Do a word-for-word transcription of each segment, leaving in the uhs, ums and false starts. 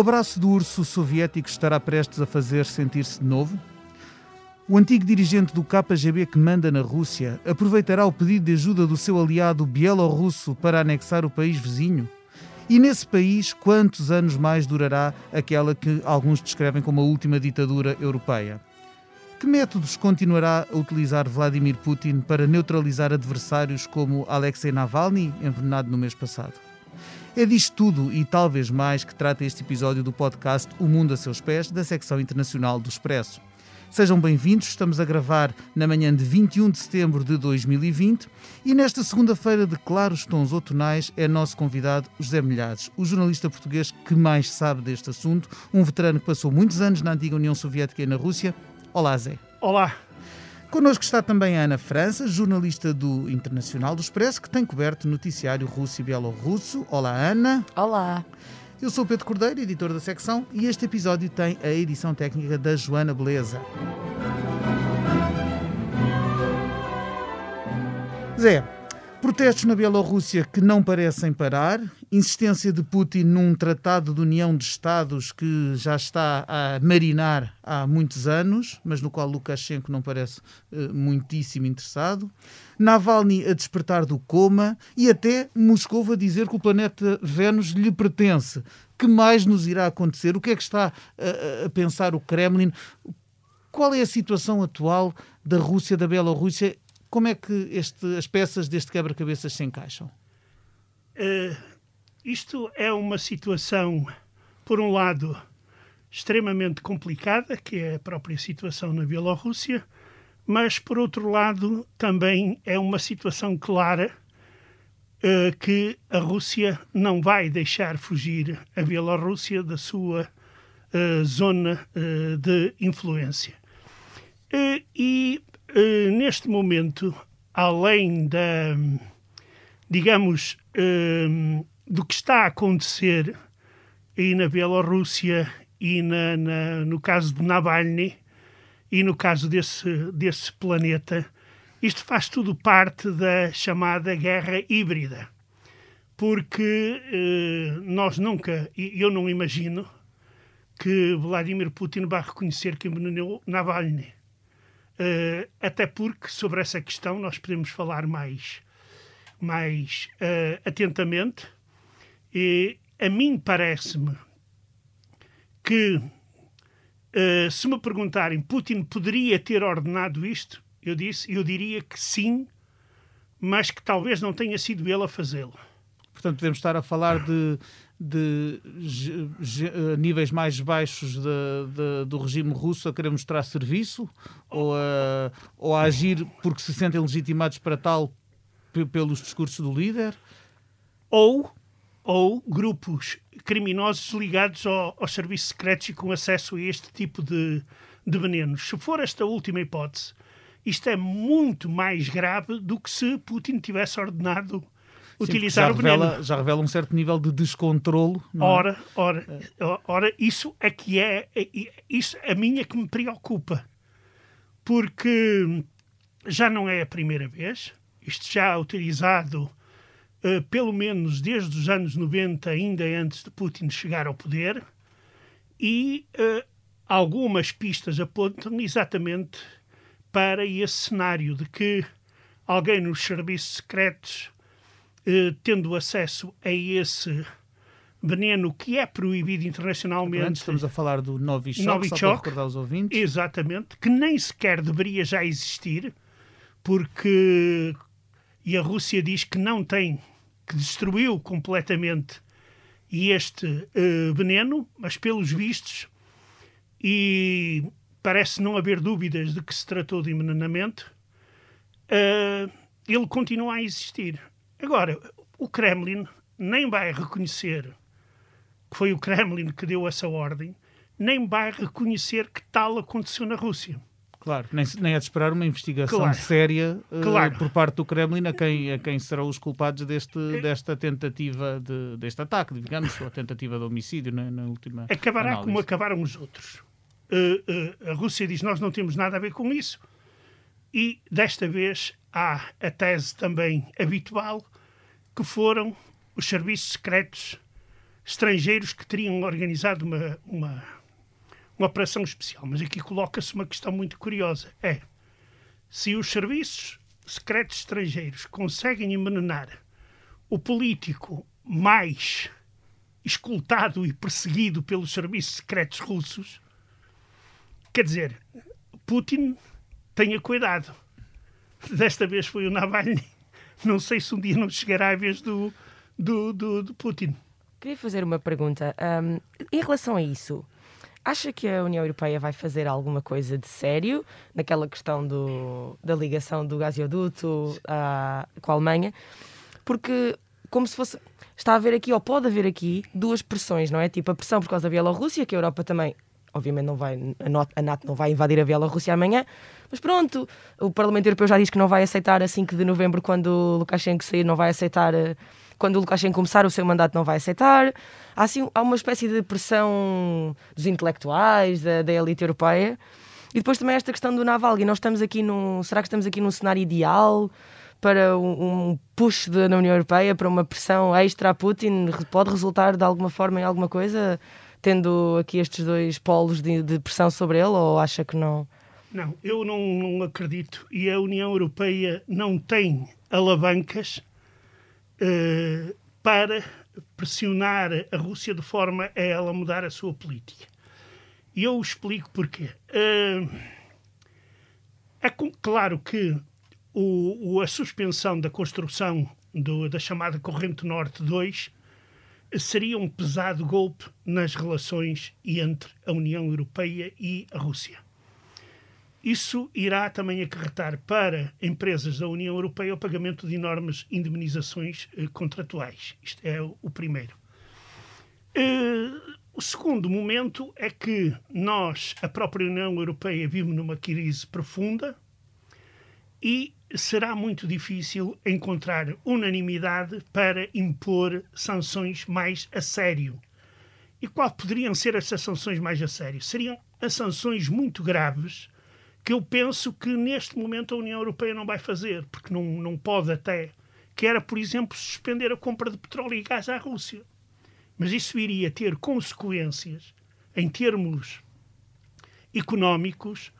abraço do urso soviético estará prestes a fazer sentir-se de novo? O antigo dirigente do K G B que manda na Rússia aproveitará o pedido de ajuda do seu aliado bielorrusso para anexar o país vizinho? E nesse país, quantos anos mais durará aquela que alguns descrevem como a última ditadura europeia? Que métodos continuará a utilizar Vladimir Putin para neutralizar adversários como Alexei Navalny, envenenado no mês passado? É disto tudo e talvez mais que trata este episódio do podcast O Mundo a Seus Pés, da secção internacional do Expresso. Sejam bem-vindos, estamos a gravar na manhã de vinte e um de setembro de dois mil e vinte e nesta segunda-feira de claros tons outonais é nosso convidado José Milhazes, o jornalista português que mais sabe deste assunto, um veterano que passou muitos anos na antiga União Soviética e na Rússia. Olá, Zé. Olá. Connosco está também a Ana França, jornalista do Internacional do Expresso, que tem coberto noticiário russo e bielorrusso. Olá, Ana. Olá. Eu sou o Pedro Cordeiro, editor da secção, e este episódio tem a edição técnica da Joana Beleza. Zé, protestos na Bielorrússia que não parecem parar, insistência de Putin num tratado de união de Estados que já está a marinar há muitos anos, mas no qual Lukashenko não parece uh, muitíssimo interessado, Navalny a despertar do coma e até Moscou a dizer que o planeta Vênus lhe pertence. Que mais nos irá acontecer? O que é que está uh, a pensar o Kremlin? Qual é a situação atual da Rússia, da Bielorrússia? Como é que este, as peças deste quebra-cabeças se encaixam? Uh, isto é uma situação, por um lado, extremamente complicada, que é a própria situação na Bielorrússia, mas, por outro lado, também é uma situação clara uh, que a Rússia não vai deixar fugir a Bielorrússia da sua uh, zona uh, de influência. Uh, e Uh, neste momento, além da, digamos, uh, do que está a acontecer aí na Bielorrússia e na, na, no caso de Navalny e no caso desse, desse planeta, isto faz tudo parte da chamada guerra híbrida. Porque uh, nós nunca, eu não imagino que Vladimir Putin vá reconhecer que envenenou Navalny. Uh, até porque sobre essa questão nós podemos falar mais, mais uh, atentamente. E a mim parece-me que, uh, se me perguntarem, Putin poderia ter ordenado isto? Eu disse, eu diria que sim, mas que talvez não tenha sido ele a fazê-lo. Portanto, podemos estar a falar de, de, de, de níveis mais baixos de, de, do regime russo a querer mostrar serviço ou a, ou a agir porque se sentem legitimados para tal p- pelos discursos do líder? Ou, ou grupos criminosos ligados ao, aos serviços secretos e com acesso a este tipo de, de venenos. Se for esta última hipótese, isto é muito mais grave do que se Putin tivesse ordenado utilizar Sim, o revela, veneno. já revela um certo nível de descontrolo. Não é? Ora, ora, ora, isso é que é, isso a mim é que me preocupa. Porque já não é a primeira vez, isto já é utilizado uh, pelo menos desde os anos noventa, ainda antes de Putin chegar ao poder, e uh, algumas pistas apontam exatamente para esse cenário de que alguém nos serviços secretos, Uh, tendo acesso a esse veneno que é proibido internacionalmente. Antes estamos a falar do Novichok, Novichok, só para recordar os ouvintes. Exatamente, que nem sequer deveria já existir, porque e a Rússia diz que não tem, que destruiu completamente este uh, veneno, mas pelos vistos, e parece não haver dúvidas de que se tratou de envenenamento, uh, ele continua a existir. Agora, o Kremlin nem vai reconhecer que foi o Kremlin que deu essa ordem, nem vai reconhecer que tal aconteceu na Rússia. Claro, nem, nem é de esperar uma investigação claro. séria uh, claro. por parte do Kremlin a quem, a quem serão os culpados deste, desta tentativa, de, deste ataque, digamos, ou a tentativa de homicídio na, na última Acabará análise. Como acabaram os outros. Uh, uh, a Rússia diz, nós não temos nada a ver com isso. E, desta vez, há a tese também habitual que foram os serviços secretos estrangeiros que teriam organizado uma, uma, uma operação especial. Mas aqui coloca-se uma questão muito curiosa. É, se os serviços secretos estrangeiros conseguem envenenar o político mais escoltado e perseguido pelos serviços secretos russos, quer dizer, Putin tenha cuidado. Desta vez foi o Navalny. Não sei se um dia não chegará a vez do, do, do, do Putin. Queria fazer uma pergunta. Um, em relação a isso, acha que a União Europeia vai fazer alguma coisa de sério naquela questão do, da ligação do gasoduto à, com a Alemanha? Porque, como se fosse... Está a haver aqui, ou pode haver aqui, duas pressões, não é? Tipo, a pressão por causa da Bielorrússia, que a Europa também... Obviamente não vai, a NATO não vai invadir a Bielorrússia amanhã, mas pronto, o Parlamento Europeu já diz que não vai aceitar a cinco de novembro, quando o Lukashenko sair, não vai aceitar, quando o Lukashenko começar o seu mandato, não vai aceitar. Há, assim, há uma espécie de pressão dos intelectuais, da, da elite europeia. E depois também esta questão do Navalny. Nós estamos aqui num, será que estamos aqui num cenário ideal para um, um push de, na União Europeia, para uma pressão extra a Putin? Pode resultar de alguma forma em alguma coisa, tendo aqui estes dois polos de, de pressão sobre ele, ou acha que não? Não, eu não, não acredito. E a União Europeia não tem alavancas uh, para pressionar a Rússia de forma a ela mudar a sua política. E eu explico porquê. Uh, é com, claro que o, o, a suspensão da construção do, da chamada Corrente Norte dois seria um pesado golpe nas relações entre a União Europeia e a Rússia. Isso irá também acarretar para empresas da União Europeia o pagamento de enormes indemnizações eh, contratuais. Isto é o, o primeiro. Uh, o segundo momento é que nós, a própria União Europeia, vivemos numa crise profunda e será muito difícil encontrar unanimidade para impor sanções mais a sério. E quais poderiam ser essas sanções mais a sério? Seriam as sanções muito graves que eu penso que neste momento a União Europeia não vai fazer, porque não, não pode até, que era, por exemplo, suspender a compra de petróleo e gás à Rússia. Mas isso iria ter consequências em termos económicos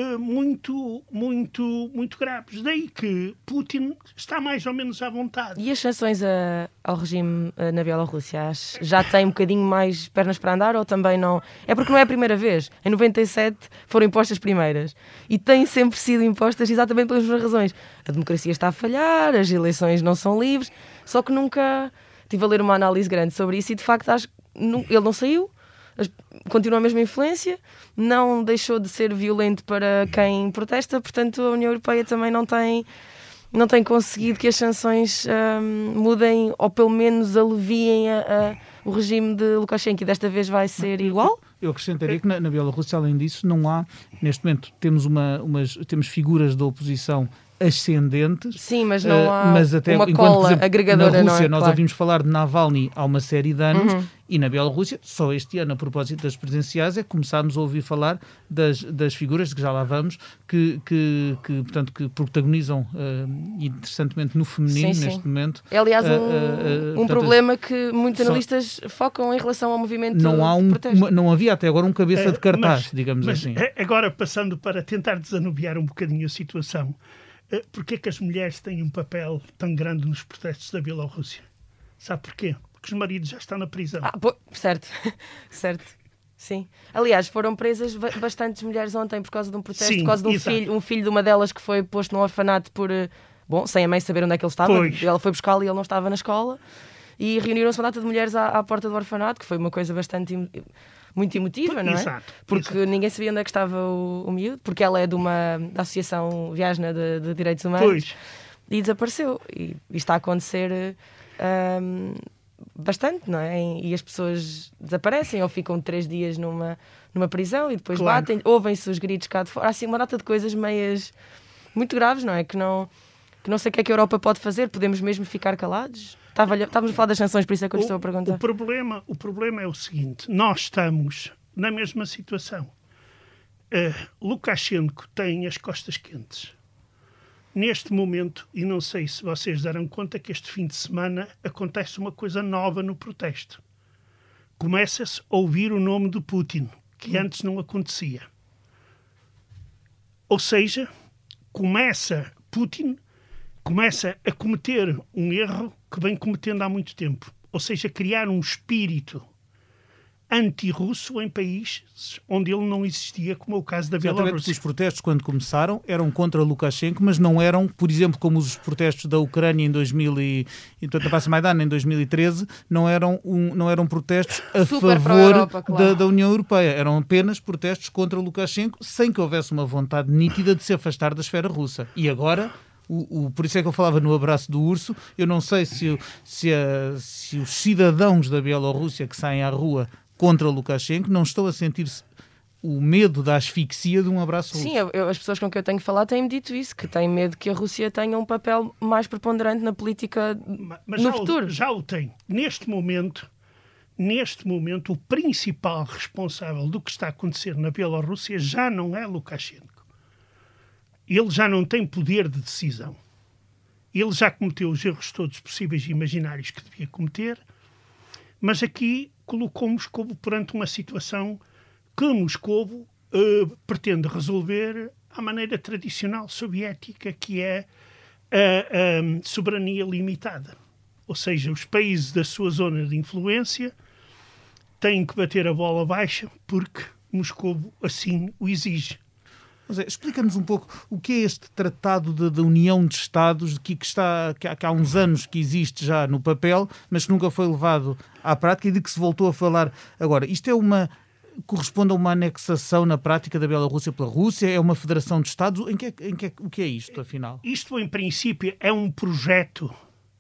muito, muito, muito graves. Daí que Putin está mais ou menos à vontade. E as sanções a, ao regime a, na Bielorrússia já têm um bocadinho mais pernas para andar ou também não? É porque não é a primeira vez. Em noventa e sete foram impostas as primeiras. E têm sempre sido impostas exatamente pelas mesmas razões. A democracia está a falhar, as eleições não são livres, só que nunca tive a ler uma análise grande sobre isso e de facto acho que ele não saiu. Continua a mesma influência, não deixou de ser violento para quem protesta, portanto a União Europeia também não tem, não tem conseguido que as sanções hum, mudem ou pelo menos aliviem a, a, o regime de Lukashenko, e desta vez vai ser igual? Eu acrescentaria que na, na Bielorrússia, além disso, não há, neste momento, temos, uma, umas, temos figuras da oposição ascendentes. Sim, mas não há uh, mas até, uma enquanto, cola por exemplo, agregadora. Na Rússia, não é? nós Claro. ouvimos falar de Navalny há uma série de anos, uhum. E na Bielorrússia, só este ano, a propósito das presidenciais, é que começámos a ouvir falar das, das figuras, de que já lá vamos, que, que, que, portanto, que protagonizam, uh, interessantemente, no feminino, sim, sim. neste momento. É, aliás, um, uh, uh, uh, um portanto, problema que muitos só, analistas focam em relação ao movimento não há um, de protesto. Uma, não havia até agora um cabeça é, de cartaz, mas, digamos mas assim. Agora, passando para tentar desanuviar um bocadinho a situação, porquê é que as mulheres têm um papel tão grande nos protestos da Bielorrússia? Sabe porquê? Porque os maridos já estão na prisão. Ah, pô, certo, certo, sim. Aliás, foram presas bastantes mulheres ontem por causa de um protesto, sim, por causa de um filho, um filho de uma delas que foi posto num orfanato por, bom, sem a mãe saber onde é que ele estava. Pois. Ela foi buscá-lo e ele não estava na escola. E reuniram-se uma data de mulheres à, à porta do orfanato, que foi uma coisa bastante... muito emotiva, não é? Exato, porque exato. Ninguém sabia onde é que estava o, o miúdo, porque ela é de uma da Associação Viasna de, de Direitos Humanos. Pois. E desapareceu. E, e está a acontecer um, bastante, não é? E as pessoas desaparecem ou ficam três dias numa, numa prisão e depois claro. batem, ouvem-se os gritos cá de fora. Há assim uma data de coisas meias muito graves, não é? Que não, que não sei o que é que a Europa pode fazer. Podemos mesmo ficar calados? Estava, estávamos a falar das sanções, por isso é que eu estou a perguntar. O problema, o problema é o seguinte: nós estamos na mesma situação. Uh, Lukashenko tem as costas quentes. Neste momento, e não sei se vocês darão conta que este fim de semana acontece uma coisa nova no protesto. começa-se a ouvir o nome de Putin, que antes não acontecia. Ou seja, começa Putin começa a cometer um erro que vem cometendo há muito tempo. Ou seja, criar um espírito anti-russo em países onde ele não existia, como é o caso da Bielorrússia. Os protestos, quando começaram, eram contra Lukashenko, mas não eram, por exemplo, como os protestos da Ucrânia em dois mil e, portanto, a Passa Maidan em dois mil e treze, não eram, um, não eram protestos a Super favor Europa, claro. da, da União Europeia. Eram apenas protestos contra Lukashenko, sem que houvesse uma vontade nítida de se afastar da esfera russa. E agora... O, o, por isso é que eu falava no abraço do urso. Eu não sei se, se, a, se os cidadãos da Bielorrússia que saem à rua contra Lukashenko não estão a sentir-se o medo da asfixia de um abraço russo. Sim, eu, eu, as pessoas com quem eu tenho falado têm-me dito isso, que têm medo que a Rússia tenha um papel mais preponderante na política mas, mas no já futuro. O, já o tem. Neste momento, neste momento, o principal responsável do que está a acontecer na Bielorrússia já não é Lukashenko. Ele já não tem poder de decisão. Ele já cometeu os erros todos possíveis e imaginários que devia cometer, mas aqui colocou Moscovo perante uma situação que Moscovo uh, pretende resolver à maneira tradicional soviética, que é a, a soberania limitada. Ou seja, os países da sua zona de influência têm que bater a bola baixa porque Moscovo assim o exige. José, explica-nos um pouco o que é este Tratado de, de União de Estados que, que, está, que, há, que há uns anos que existe já no papel, mas que nunca foi levado à prática e de que se voltou a falar agora. Isto é uma... corresponde a uma anexação na prática da Bielorrússia pela Rússia? É uma federação de Estados? Em que, em que, o que é isto, afinal? Isto, em princípio, é um projeto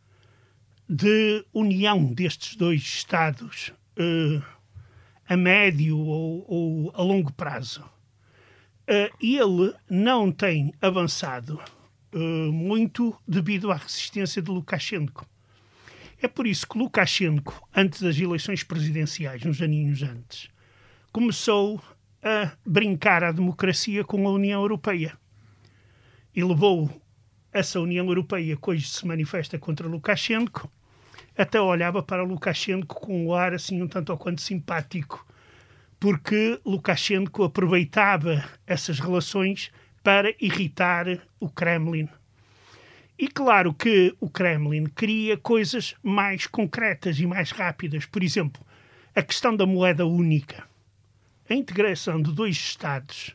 de união destes dois Estados uh, a médio ou, ou a longo prazo. Uh, ele não tem avançado uh, muito devido à resistência de Lukashenko. É por isso que Lukashenko, antes das eleições presidenciais, uns aninhos antes, começou a brincar à democracia com a União Europeia. E levou essa União Europeia, que hoje se manifesta contra Lukashenko, até olhava para Lukashenko com um ar assim um tanto ou quanto simpático, porque Lukashenko aproveitava essas relações para irritar o Kremlin. E claro que o Kremlin queria coisas mais concretas e mais rápidas. Por exemplo, a questão da moeda única. A integração de dois Estados,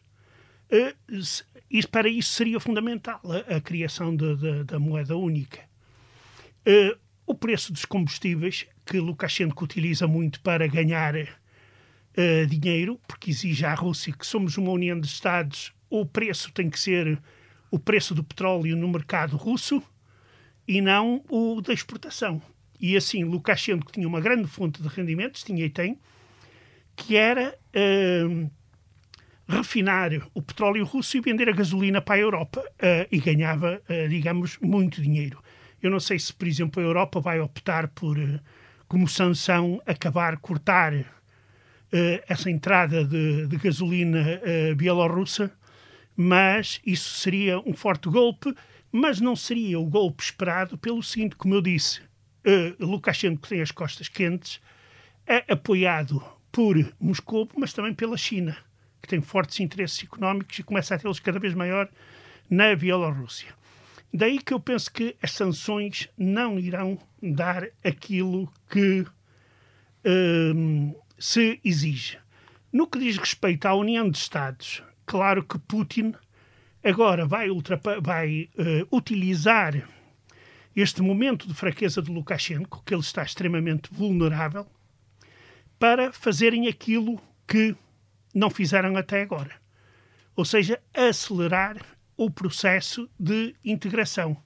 uh, para isso seria fundamental a, a criação de, de, da moeda única. Uh, o preço dos combustíveis, que Lukashenko utiliza muito para ganhar uh, dinheiro, porque exige à Rússia que somos uma união de Estados, o preço tem que ser o preço do petróleo no mercado russo e não o da exportação. E assim, Lukashenko tinha uma grande fonte de rendimentos, tinha e tem, que era uh, refinar o petróleo russo e vender a gasolina para a Europa. Uh, e ganhava, uh, digamos, muito dinheiro. Eu não sei se, por exemplo, a Europa vai optar por, uh, como sanção, acabar, cortar uh, essa entrada de, de gasolina uh, bielorrussa, mas isso seria um forte golpe, mas não seria o golpe esperado pelo seguinte, como eu disse, uh, Lukashenko tem as costas quentes, é apoiado por Moscou, mas também pela China, que tem fortes interesses económicos e começa a tê-los cada vez maior na Bielorrússia. Daí que eu penso que as sanções não irão dar aquilo que um, se exige. No que diz respeito à União de Estados, claro que Putin agora vai, ultrapa- vai uh, utilizar este momento de fraqueza de Lukashenko, que ele está extremamente vulnerável, para fazerem aquilo que não fizeram até agora. Ou seja, acelerar o processo de integração.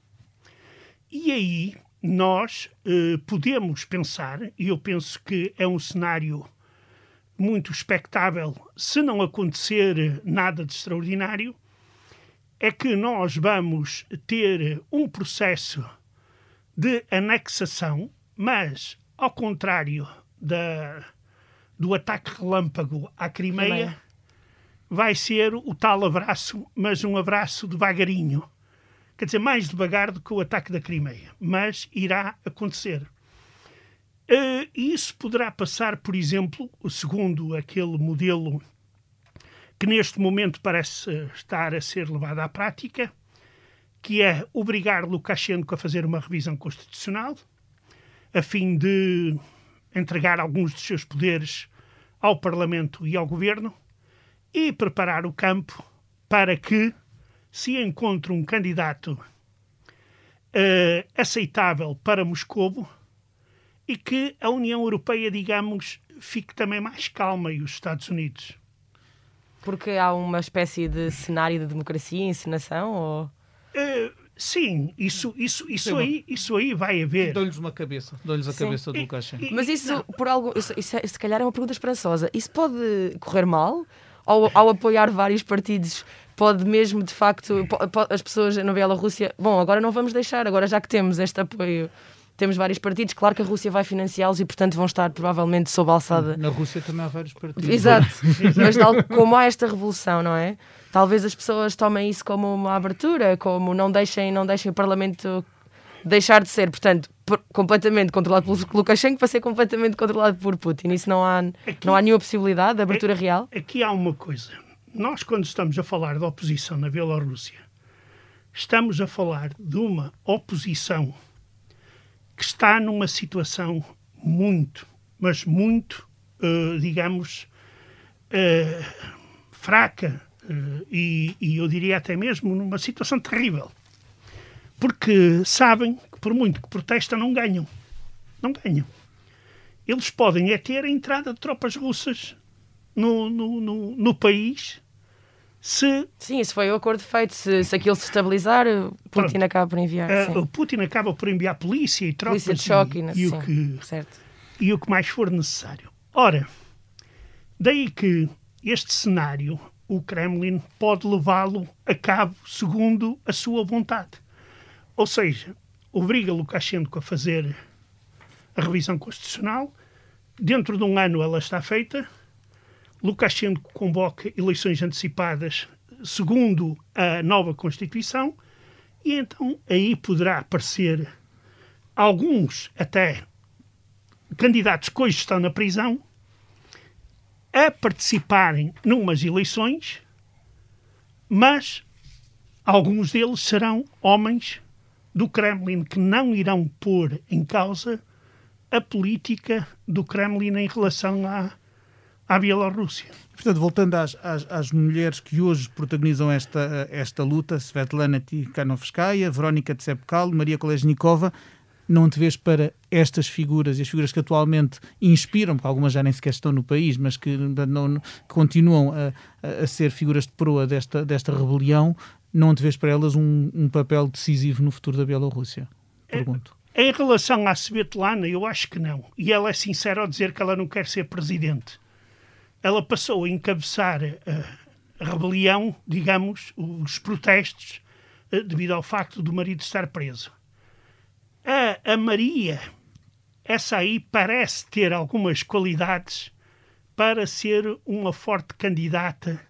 E aí nós eh, podemos pensar, e eu penso que é um cenário muito expectável, se não acontecer nada de extraordinário, é que nós vamos ter um processo de anexação, mas ao contrário da... do ataque relâmpago à Crimeia, Crimeia, vai ser o tal abraço, mas um abraço devagarinho. Quer dizer, mais devagar do que o ataque da Crimeia, mas irá acontecer. Uh, e isso poderá passar, por exemplo, segundo aquele modelo que neste momento parece estar a ser levado à prática, que é obrigar Lukashenko a fazer uma revisão constitucional, a fim de entregar alguns dos seus poderes ao Parlamento e ao Governo, e preparar o campo para que se encontre um candidato uh, aceitável para Moscovo e que a União Europeia, digamos, fique também mais calma e os Estados Unidos. Porque há uma espécie de cenário de democracia, encenação? Ou... Uh, sim, isso, isso, isso, aí, isso aí vai haver. Dão-lhes uma cabeça, dão-lhes a Sim. cabeça do Lukashenko. Mas isso, não. por algo, isso, isso é, se calhar é uma pergunta esperançosa. Isso pode correr mal? Ou ao apoiar vários partidos, pode mesmo, de facto, pode, as pessoas na Bielorrússia... Bom, agora não vamos deixar, agora já que temos este apoio... Temos vários partidos, claro que a Rússia vai financiá-los e, portanto, vão estar provavelmente sob a alçada. Na Rússia também há vários partidos. Exato. Mas tal como há esta revolução, não é? Talvez as pessoas tomem isso como uma abertura, como não deixem, não deixem o Parlamento deixar de ser, portanto, por, completamente controlado por Lukashenko para ser completamente controlado por Putin. Isso não há, aqui, não há nenhuma possibilidade de abertura aqui, real? Aqui há uma coisa. Nós, quando estamos a falar de oposição na Bielorrússia, estamos a falar de uma oposição que está numa situação muito, mas muito, uh, digamos, uh, fraca uh, e, e eu diria até mesmo numa situação terrível. Porque sabem que por muito que protestam não ganham. Não ganham. Eles podem é ter a entrada de tropas russas no, no, no, no país se... Sim, isso foi o acordo feito. Se, se aquilo se estabilizar, Putin Pronto. acaba por enviar. Uh, Putin acaba por enviar polícia e tropas polícia de choque, e, e, e, o que, certo. e o que mais for necessário. Ora, daí que este cenário, o Kremlin pode levá-lo a cabo segundo a sua vontade. Ou seja, obriga Lukashenko a fazer a revisão constitucional. Dentro de um ano ela está feita. Lukashenko convoca eleições antecipadas segundo a nova Constituição e então aí poderá aparecer alguns até candidatos que hoje estão na prisão a participarem numas eleições, mas alguns deles serão homens do Kremlin que não irão pôr em causa a política do Kremlin em relação à à Bielorrússia. Portanto, voltando às, às, às mulheres que hoje protagonizam esta, esta luta, Svetlana Tikhanovskaya, Verónica Tsepkal, Maria Kolesnikova, não te vês para estas figuras e as figuras que atualmente inspiram, porque algumas já nem sequer estão no país, mas que, não, que continuam a, a ser figuras de proa desta, desta rebelião, não te vês para elas um, um papel decisivo no futuro da Bielorrússia? Pergunto. Em relação à Svetlana, eu acho que não. E ela é sincera ao dizer que ela não quer ser presidente. Ela passou a encabeçar a, a rebelião, digamos, os protestos, devido ao facto do marido estar preso. A, a Maria, essa aí parece ter algumas qualidades para ser uma forte candidata,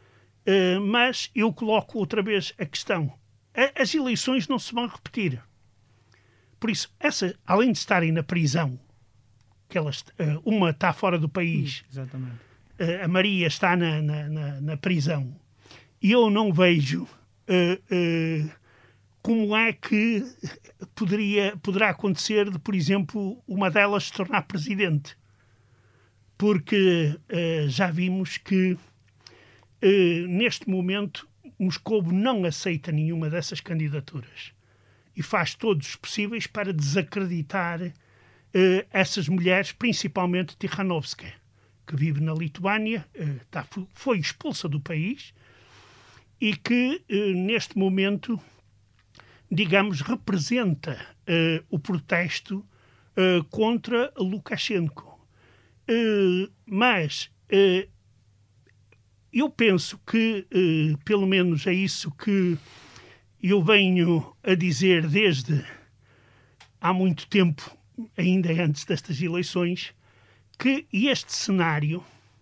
mas eu coloco outra vez a questão. As eleições não se vão repetir. Por isso, essa, além de estarem na prisão, que elas, uma está fora do país... Exatamente. A Maria está na, na, na, na prisão e eu não vejo uh, uh, como é que poderia, poderá acontecer de, por exemplo, uma delas se tornar presidente. Porque uh, já vimos que uh, neste momento Moscovo não aceita nenhuma dessas candidaturas e faz todos os possíveis para desacreditar uh, essas mulheres, principalmente Tikhanovskaya, que vive na Lituânia, tá, foi expulsa do país e que, neste momento, digamos, representa uh, o protesto uh, contra Lukashenko. Uh, mas uh, eu penso que, uh, pelo menos é isso que eu venho a dizer desde há muito tempo, ainda antes destas eleições, que este cenário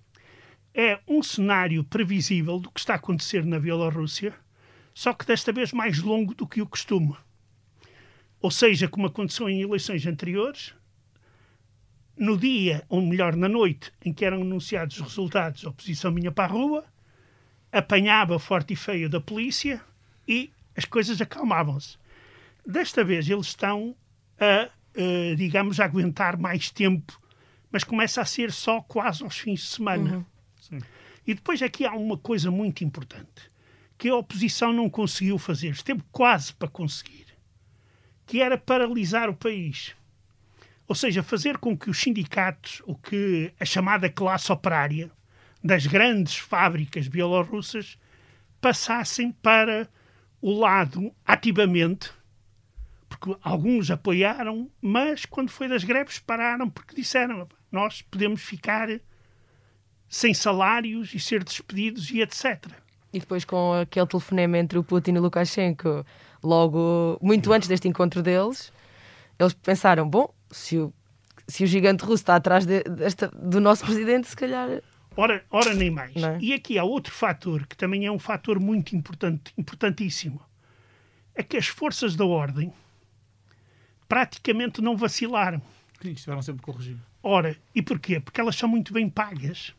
é um cenário previsível do que está a acontecer na Bielorrússia, só que desta vez mais longo do que o costume. Ou seja, como aconteceu em eleições anteriores, no dia, ou melhor, na noite, em que eram anunciados os resultados, a oposição vinha para a rua, apanhava forte e feio da polícia e as coisas acalmavam-se. Desta vez eles estão a, a, digamos, a aguentar mais tempo, mas começa a ser só quase aos fins de semana. Uhum. Sim. E depois aqui há uma coisa muito importante, que a oposição não conseguiu fazer, esteve quase para conseguir, que era paralisar o país. Ou seja, fazer com que os sindicatos, ou que a chamada classe operária das grandes fábricas bielorrussas passassem para o lado ativamente, porque alguns apoiaram, mas quando foi das greves pararam porque disseram: nós podemos ficar sem salários e ser despedidos e etcétera. E depois com aquele telefonema entre o Putin e o Lukashenko, logo muito antes deste encontro deles, eles pensaram, bom, se o, se o gigante russo está atrás de, desta, do nosso presidente, se calhar... Ora, ora nem mais. Não é? E aqui há outro fator, que também é um fator muito importante, importantíssimo. É que as forças da ordem praticamente não vacilaram. Sim, estiveram sempre com o regime. Ora, e porquê? Porque elas são muito bem pagas.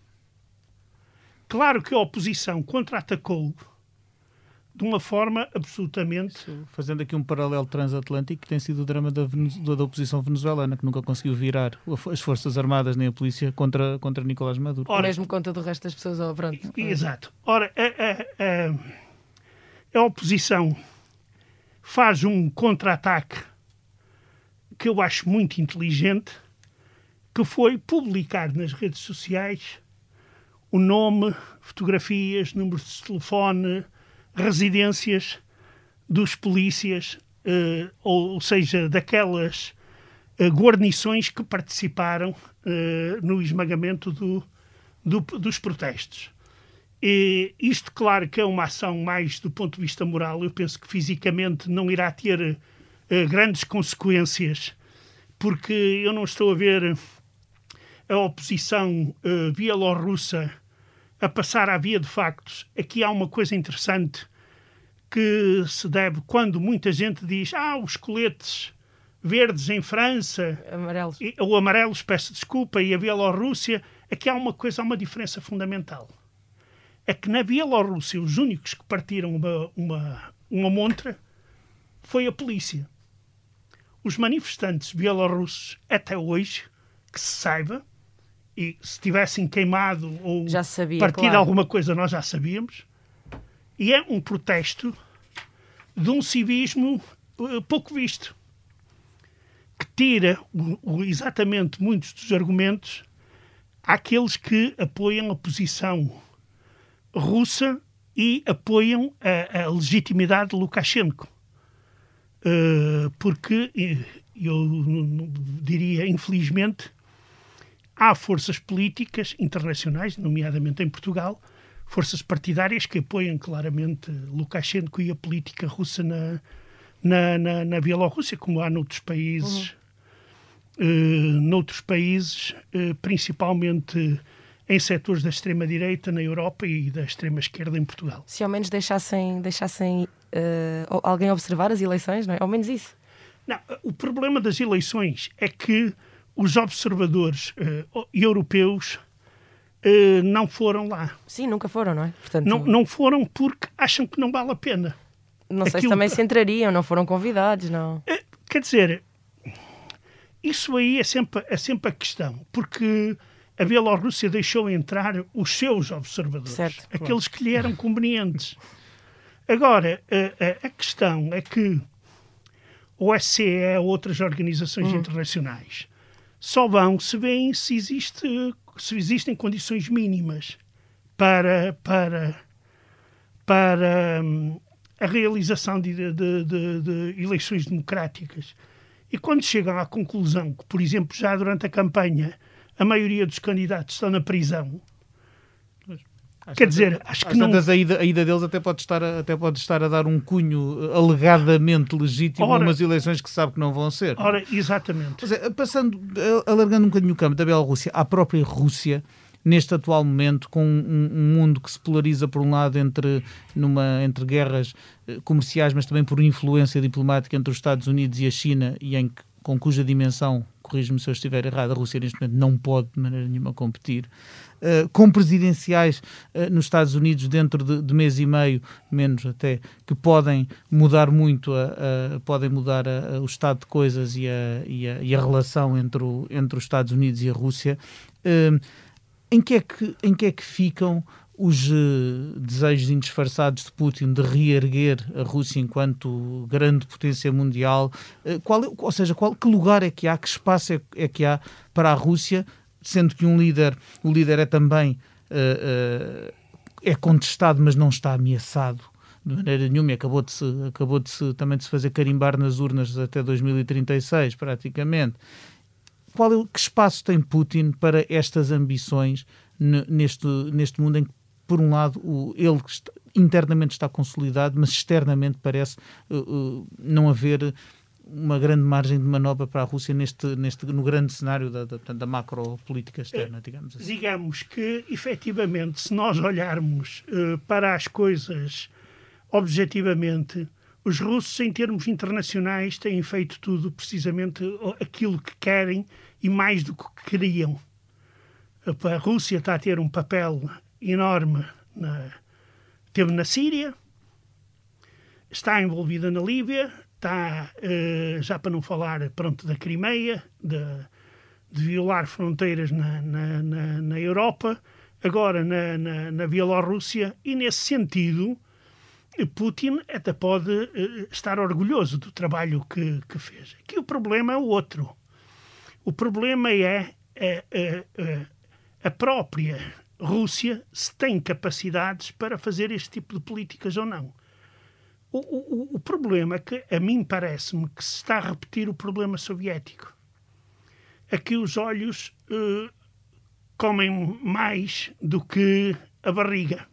Claro que a oposição contra-atacou de uma forma absolutamente... Fazendo aqui um paralelo transatlântico, que tem sido o drama da, da oposição venezuelana, que nunca conseguiu virar as forças armadas nem a polícia contra, contra Nicolás Maduro. Ora, mesmo conta do resto das pessoas, oh, pronto. Exato. Ora, a, a, a, a oposição faz um contra-ataque que eu acho muito inteligente, que foi publicar nas redes sociais o nome, fotografias, números de telefone, residências dos polícias, eh, ou seja, daquelas eh, guarnições que participaram eh, no esmagamento do, do, dos protestos. E isto, claro, que é uma ação mais do ponto de vista moral. Eu penso que fisicamente não irá ter eh, grandes consequências, porque eu não estou a ver a oposição uh, bielorrussa a passar à via de factos. Aqui há uma coisa interessante que se deve, quando muita gente diz ah, os coletes verdes em França, Amarelos. e, ou amarelos, peço desculpa, e a Bielorrússia, aqui há uma coisa, há uma diferença fundamental. É que na Bielorrússia os únicos que partiram uma, uma, uma montra foi a polícia. Os manifestantes bielorrussos, até hoje, que se saiba, e se tivessem queimado ou Já sabia, partido claro. alguma coisa, nós já sabíamos, e é um protesto de um civismo uh, pouco visto, que tira o, o, exatamente muitos dos argumentos àqueles que apoiam a posição russa e apoiam a, a legitimidade de Lukashenko. Uh, porque, eu diria, infelizmente, há forças políticas internacionais, nomeadamente em Portugal, forças partidárias que apoiam claramente Lukashenko e a política russa na, na, na, na Bielorrússia, como há noutros países, uhum. uh, noutros países uh, principalmente em setores da extrema-direita na Europa e da extrema-esquerda em Portugal. Se ao menos deixassem, deixassem uh, alguém observar as eleições, não é? Ao menos isso. Não, o problema das eleições é que os observadores uh, europeus uh, não foram lá. Sim, nunca foram, não é? Portanto, não, não foram porque acham que não vale a pena. Não sei Aquilo... se também se entrariam, não foram convidados, não. Uh, quer dizer, isso aí é sempre, é sempre a questão, porque a Bielorrússia deixou entrar os seus observadores, certo, aqueles claro. que lhe eram convenientes. Agora, a, a, a questão é que o O S C E ou outras organizações hum. internacionais só vão se veem se, existe, se existem condições mínimas para, para, para um, a realização de, de, de, de eleições democráticas. E quando chegam à conclusão que, por exemplo, já durante a campanha a maioria dos candidatos estão na prisão, Às quer tantas, dizer, acho que não... A ida, a ida deles até pode, estar a, até pode estar a dar um cunho alegadamente legítimo ora, a umas eleições que se sabe que não vão ser. Ora, exatamente. Mas é, passando, alargando um bocadinho o campo da Bielorrússia à própria Rússia, neste atual momento, com um, um mundo que se polariza por um lado entre, numa, entre guerras comerciais, mas também por influência diplomática entre os Estados Unidos e a China, e em, com cuja dimensão corrijo-me se eu estiver errado, a Rússia neste momento não pode de maneira nenhuma competir, uh, com presidenciais uh, nos Estados Unidos dentro de, de mês e meio, menos até, que podem mudar muito, a, a, podem mudar a, a, o estado de coisas e a, e a, e a relação entre, o, entre os Estados Unidos e a Rússia. Uh, em, que é que, em que é que ficam os uh, desejos indisfarçados de Putin de reerguer a Rússia enquanto grande potência mundial? Uh, qual é, ou seja, qual, que lugar é que há, que espaço é, é que há para a Rússia, sendo que um líder, o líder é também uh, uh, é contestado, mas não está ameaçado de maneira nenhuma, e acabou de se, acabou de se, também de se fazer carimbar nas urnas até dois mil e trinta e seis, praticamente. Qual é, que espaço tem Putin para estas ambições neste, neste mundo em que, por um lado, o, ele está, internamente está consolidado, mas externamente parece uh, uh, não haver uma grande margem de manobra para a Rússia neste, neste, no grande cenário da, da, da macropolítica externa, digamos assim? Digamos que, efetivamente, se nós olharmos uh, para as coisas objetivamente, os russos, em termos internacionais, têm feito tudo precisamente aquilo que querem e mais do que queriam. A Rússia está a ter um papel enorme, na, teve na Síria, está envolvida na Líbia, está, uh, já para não falar, pronto, da Crimeia, de, de violar fronteiras na, na, na, na Europa, agora na, na, na Bielorrússia, e nesse sentido Putin até pode uh, estar orgulhoso do trabalho que, que fez. Aqui o problema é o outro. O problema é a, a, a própria Rússia se tem capacidades para fazer este tipo de políticas ou não. O, o, o problema é que, a mim parece-me, que se está a repetir o problema soviético. Aqui os olhos uh, comem mais do que a barriga.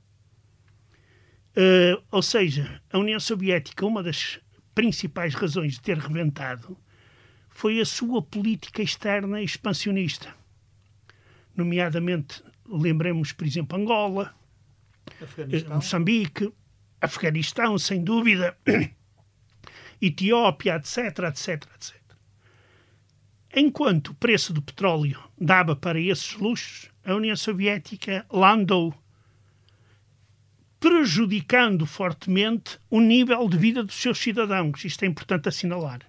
Uh, ou seja, a União Soviética, uma das principais razões de ter rebentado foi a sua política externa expansionista. Nomeadamente, lembremos, por exemplo, Angola, uh, Moçambique, Afeganistão, sem dúvida, Etiópia, etc, etc, etcétera. Enquanto o preço do petróleo dava para esses luxos, a União Soviética lá andou, prejudicando fortemente o nível de vida dos seus cidadãos. Isto é importante assinalar.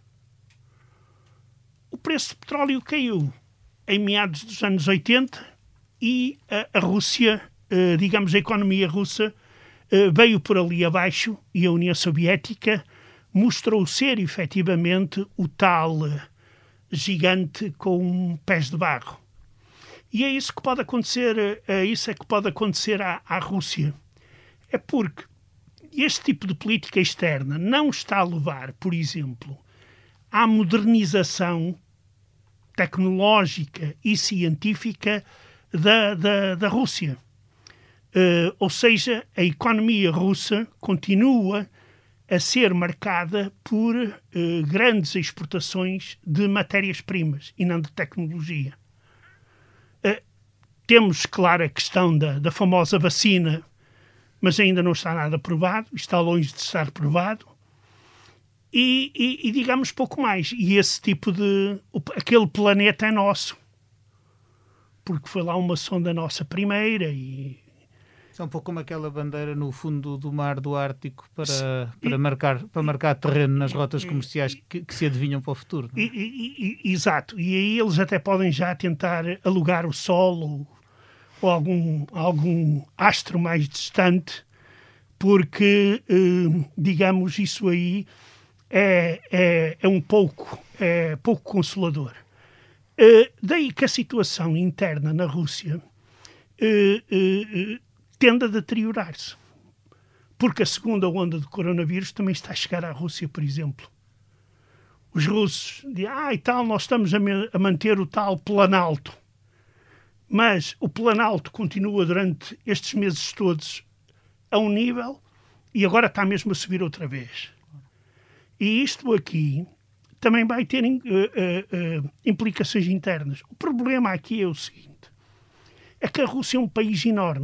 O preço do petróleo caiu em meados dos anos oitenta e a, a Rússia, eh, digamos, a economia russa, eh, veio por ali abaixo e a União Soviética mostrou ser, efetivamente, o tal eh, gigante com pés de barro. E é isso que pode acontecer, é isso é que pode acontecer à, à Rússia. É porque este tipo de política externa não está a levar, por exemplo, à modernização tecnológica e científica da, da, da Rússia. Uh, ou seja, a economia russa continua a ser marcada por uh, grandes exportações de matérias-primas e não de tecnologia. Uh, temos, claro, a questão da, da famosa vacina, mas ainda não está nada provado, está longe de estar provado, e, e, e digamos pouco mais. E esse tipo de... aquele planeta é nosso, porque foi lá uma sonda nossa primeira e... É um pouco como aquela bandeira no fundo do mar do Ártico para, para, marcar, para marcar terreno nas rotas comerciais que, que se adivinham para o futuro. Não é? E, e, exato, e aí eles até podem já tentar alugar o Sol ou, ou algum, algum astro mais distante, porque, eh, digamos, isso aí é, é, é um pouco, é pouco consolador. Eh, daí que a situação interna na Rússia eh, eh, tende a deteriorar-se. Porque a segunda onda de coronavírus também está a chegar à Rússia, por exemplo. Os russos dizem, ah, e tal, nós estamos a, a manter o tal Planalto. Mas o Planalto continua durante estes meses todos a um nível e agora está mesmo a subir outra vez. E isto aqui também vai ter uh, uh, uh, implicações internas. O problema aqui é o seguinte, é que a Rússia é um país enorme.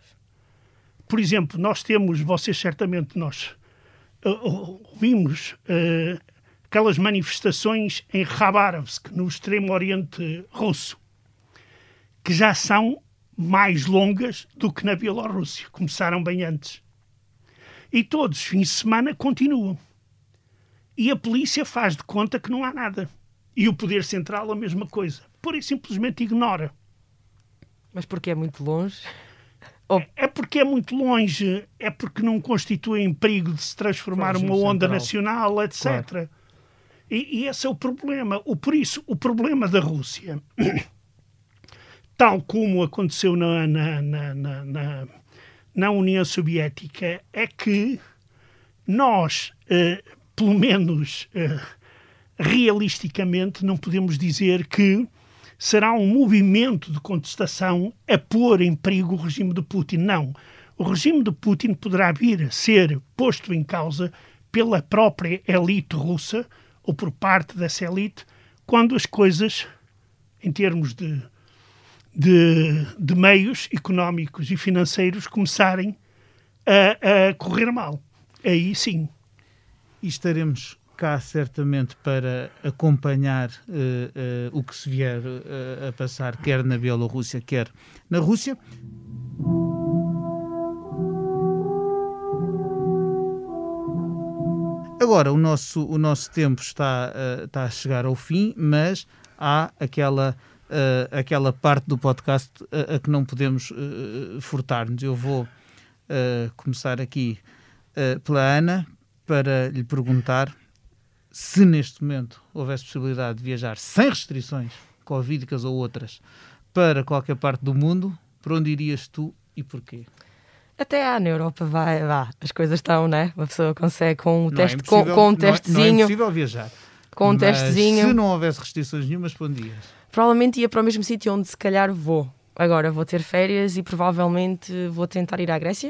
Por exemplo, nós temos, vocês certamente, nós uh, ouvimos uh, aquelas manifestações em Khabarovsk, no extremo oriente russo, que já são mais longas do que na Bielorrússia. Começaram bem antes. E todos os fins de semana continuam. E a polícia faz de conta que não há nada. E o Poder Central a mesma coisa. Pura e simplesmente ignora. Mas porque é muito longe? Oh. É porque é muito longe, é porque não constituem perigo de se transformar uma onda central. nacional, etcétera. Claro. E, e esse é o problema. O, por isso, o problema da Rússia, tal como aconteceu na, na, na, na, na, na União Soviética, é que nós, eh, pelo menos eh, realisticamente, não podemos dizer que será um movimento de contestação a pôr em perigo o regime de Putin. Não. O regime de Putin poderá vir a ser posto em causa pela própria elite russa ou por parte dessa elite quando as coisas, em termos de, de, de meios económicos e financeiros, começarem a, a correr mal. Aí sim. E estaremos cá certamente para acompanhar uh, uh, o que se vier uh, a passar, quer na Bielorrússia, quer na Rússia. Agora, o nosso, o nosso tempo está, uh, está a chegar ao fim, mas há aquela, uh, aquela parte do podcast a, a que não podemos uh, furtar-nos. Eu vou uh, começar aqui uh, pela Ana para lhe perguntar se neste momento houvesse possibilidade de viajar sem restrições, covídicas ou outras, para qualquer parte do mundo, para onde irias tu e porquê? Até há na Europa, vai, vá, as coisas estão, né? Uma pessoa consegue com um, teste, é com, com um testezinho. Não é, não é impossível viajar. Com um mas testezinho. Se não houvesse restrições nenhumas, para onde ias? Provavelmente ia para o mesmo sítio onde se calhar vou. Agora vou ter férias e provavelmente vou tentar ir à Grécia.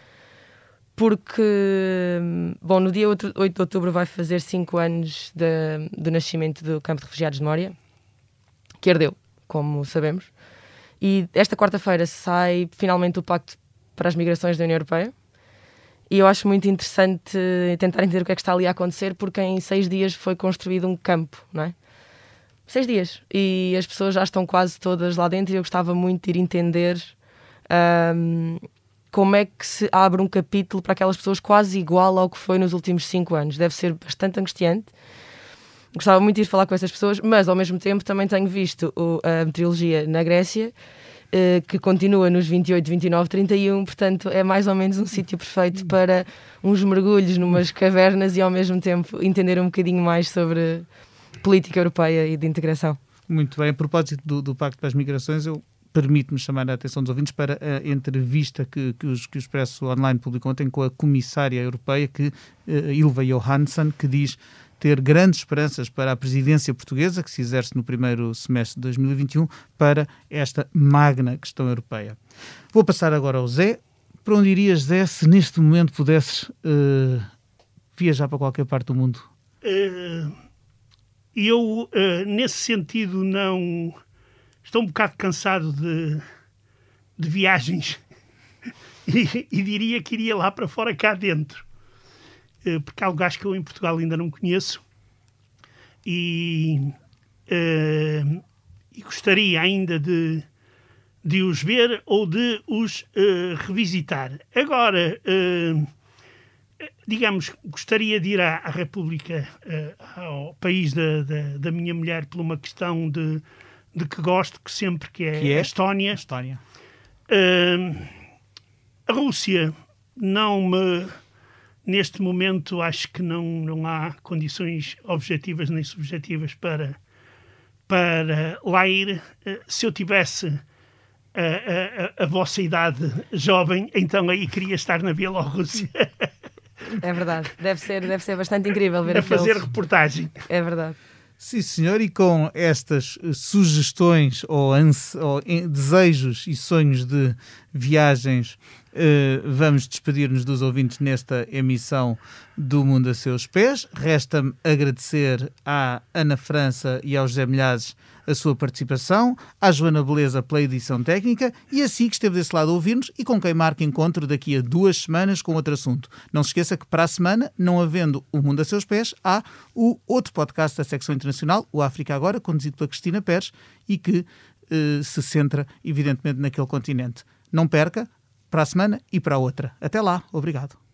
Porque, bom, no dia oito de outubro vai fazer cinco anos de, do nascimento do campo de refugiados de Moria, que ardeu, como sabemos. E esta quarta-feira sai finalmente o Pacto para as Migrações da União Europeia. E eu acho muito interessante tentar entender o que é que está ali a acontecer, porque em seis dias foi construído um campo, não é? Seis dias. E as pessoas já estão quase todas lá dentro e eu gostava muito de ir entender um, como é que se abre um capítulo para aquelas pessoas quase igual ao que foi nos últimos cinco anos. Deve ser bastante angustiante. Gostava muito de ir falar com essas pessoas, mas ao mesmo tempo também tenho visto o, a meteorologia na Grécia, eh, que continua nos vinte e oito, vinte e nove, trinta e um, portanto é mais ou menos um sítio perfeito para uns mergulhos numas cavernas e ao mesmo tempo entender um bocadinho mais sobre política europeia e de integração. Muito bem. A propósito do, do Pacto para as Migrações, eu permite-me chamar a atenção dos ouvintes para a entrevista que, que, os, que o Expresso Online publicou ontem com a comissária europeia, que, uh, Ylva Johansson, que diz ter grandes esperanças para a presidência portuguesa, que se exerce no primeiro semestre de dois mil e vinte e um, para esta magna questão europeia. Vou passar agora ao Zé. Para onde irias, Zé, se neste momento pudesses uh, viajar para qualquer parte do mundo? Uh, eu, uh, nesse sentido, não... Estou um bocado cansado de, de viagens e, e diria que iria lá para fora, cá dentro. Porque há lugares que eu em Portugal ainda não conheço e, uh, e gostaria ainda de, de os ver ou de os uh, revisitar. Agora, uh, digamos, gostaria de ir à, à República, uh, ao país da, da, da minha mulher, por uma questão de... de que gosto que sempre, que é, que é? a Estónia. Estónia. Uh, a Rússia não me... Neste momento acho que não, não há condições objetivas nem subjetivas para, para lá ir. Uh, se eu tivesse a, a, a vossa idade jovem, então aí queria estar na Bielorrússia. É verdade. Deve ser, deve ser bastante incrível ver a aqueles... fazer reportagem. É verdade. Sim, senhor, e com estas sugestões ou, ou desejos e sonhos de viagens Uh, vamos despedir-nos dos ouvintes nesta emissão do Mundo a Seus Pés. Resta-me agradecer à Ana França e ao José Milhazes a sua participação, à Joana Beleza pela edição técnica e a si que esteve desse lado a ouvir-nos e com quem marca encontro daqui a duas semanas com outro assunto. Não se esqueça que para a semana, não havendo o Mundo a Seus Pés, há o outro podcast da secção internacional, o África Agora, conduzido pela Cristina Pérez e que uh, se centra evidentemente naquele continente. Não perca, para a semana e para a outra. Até lá. Obrigado.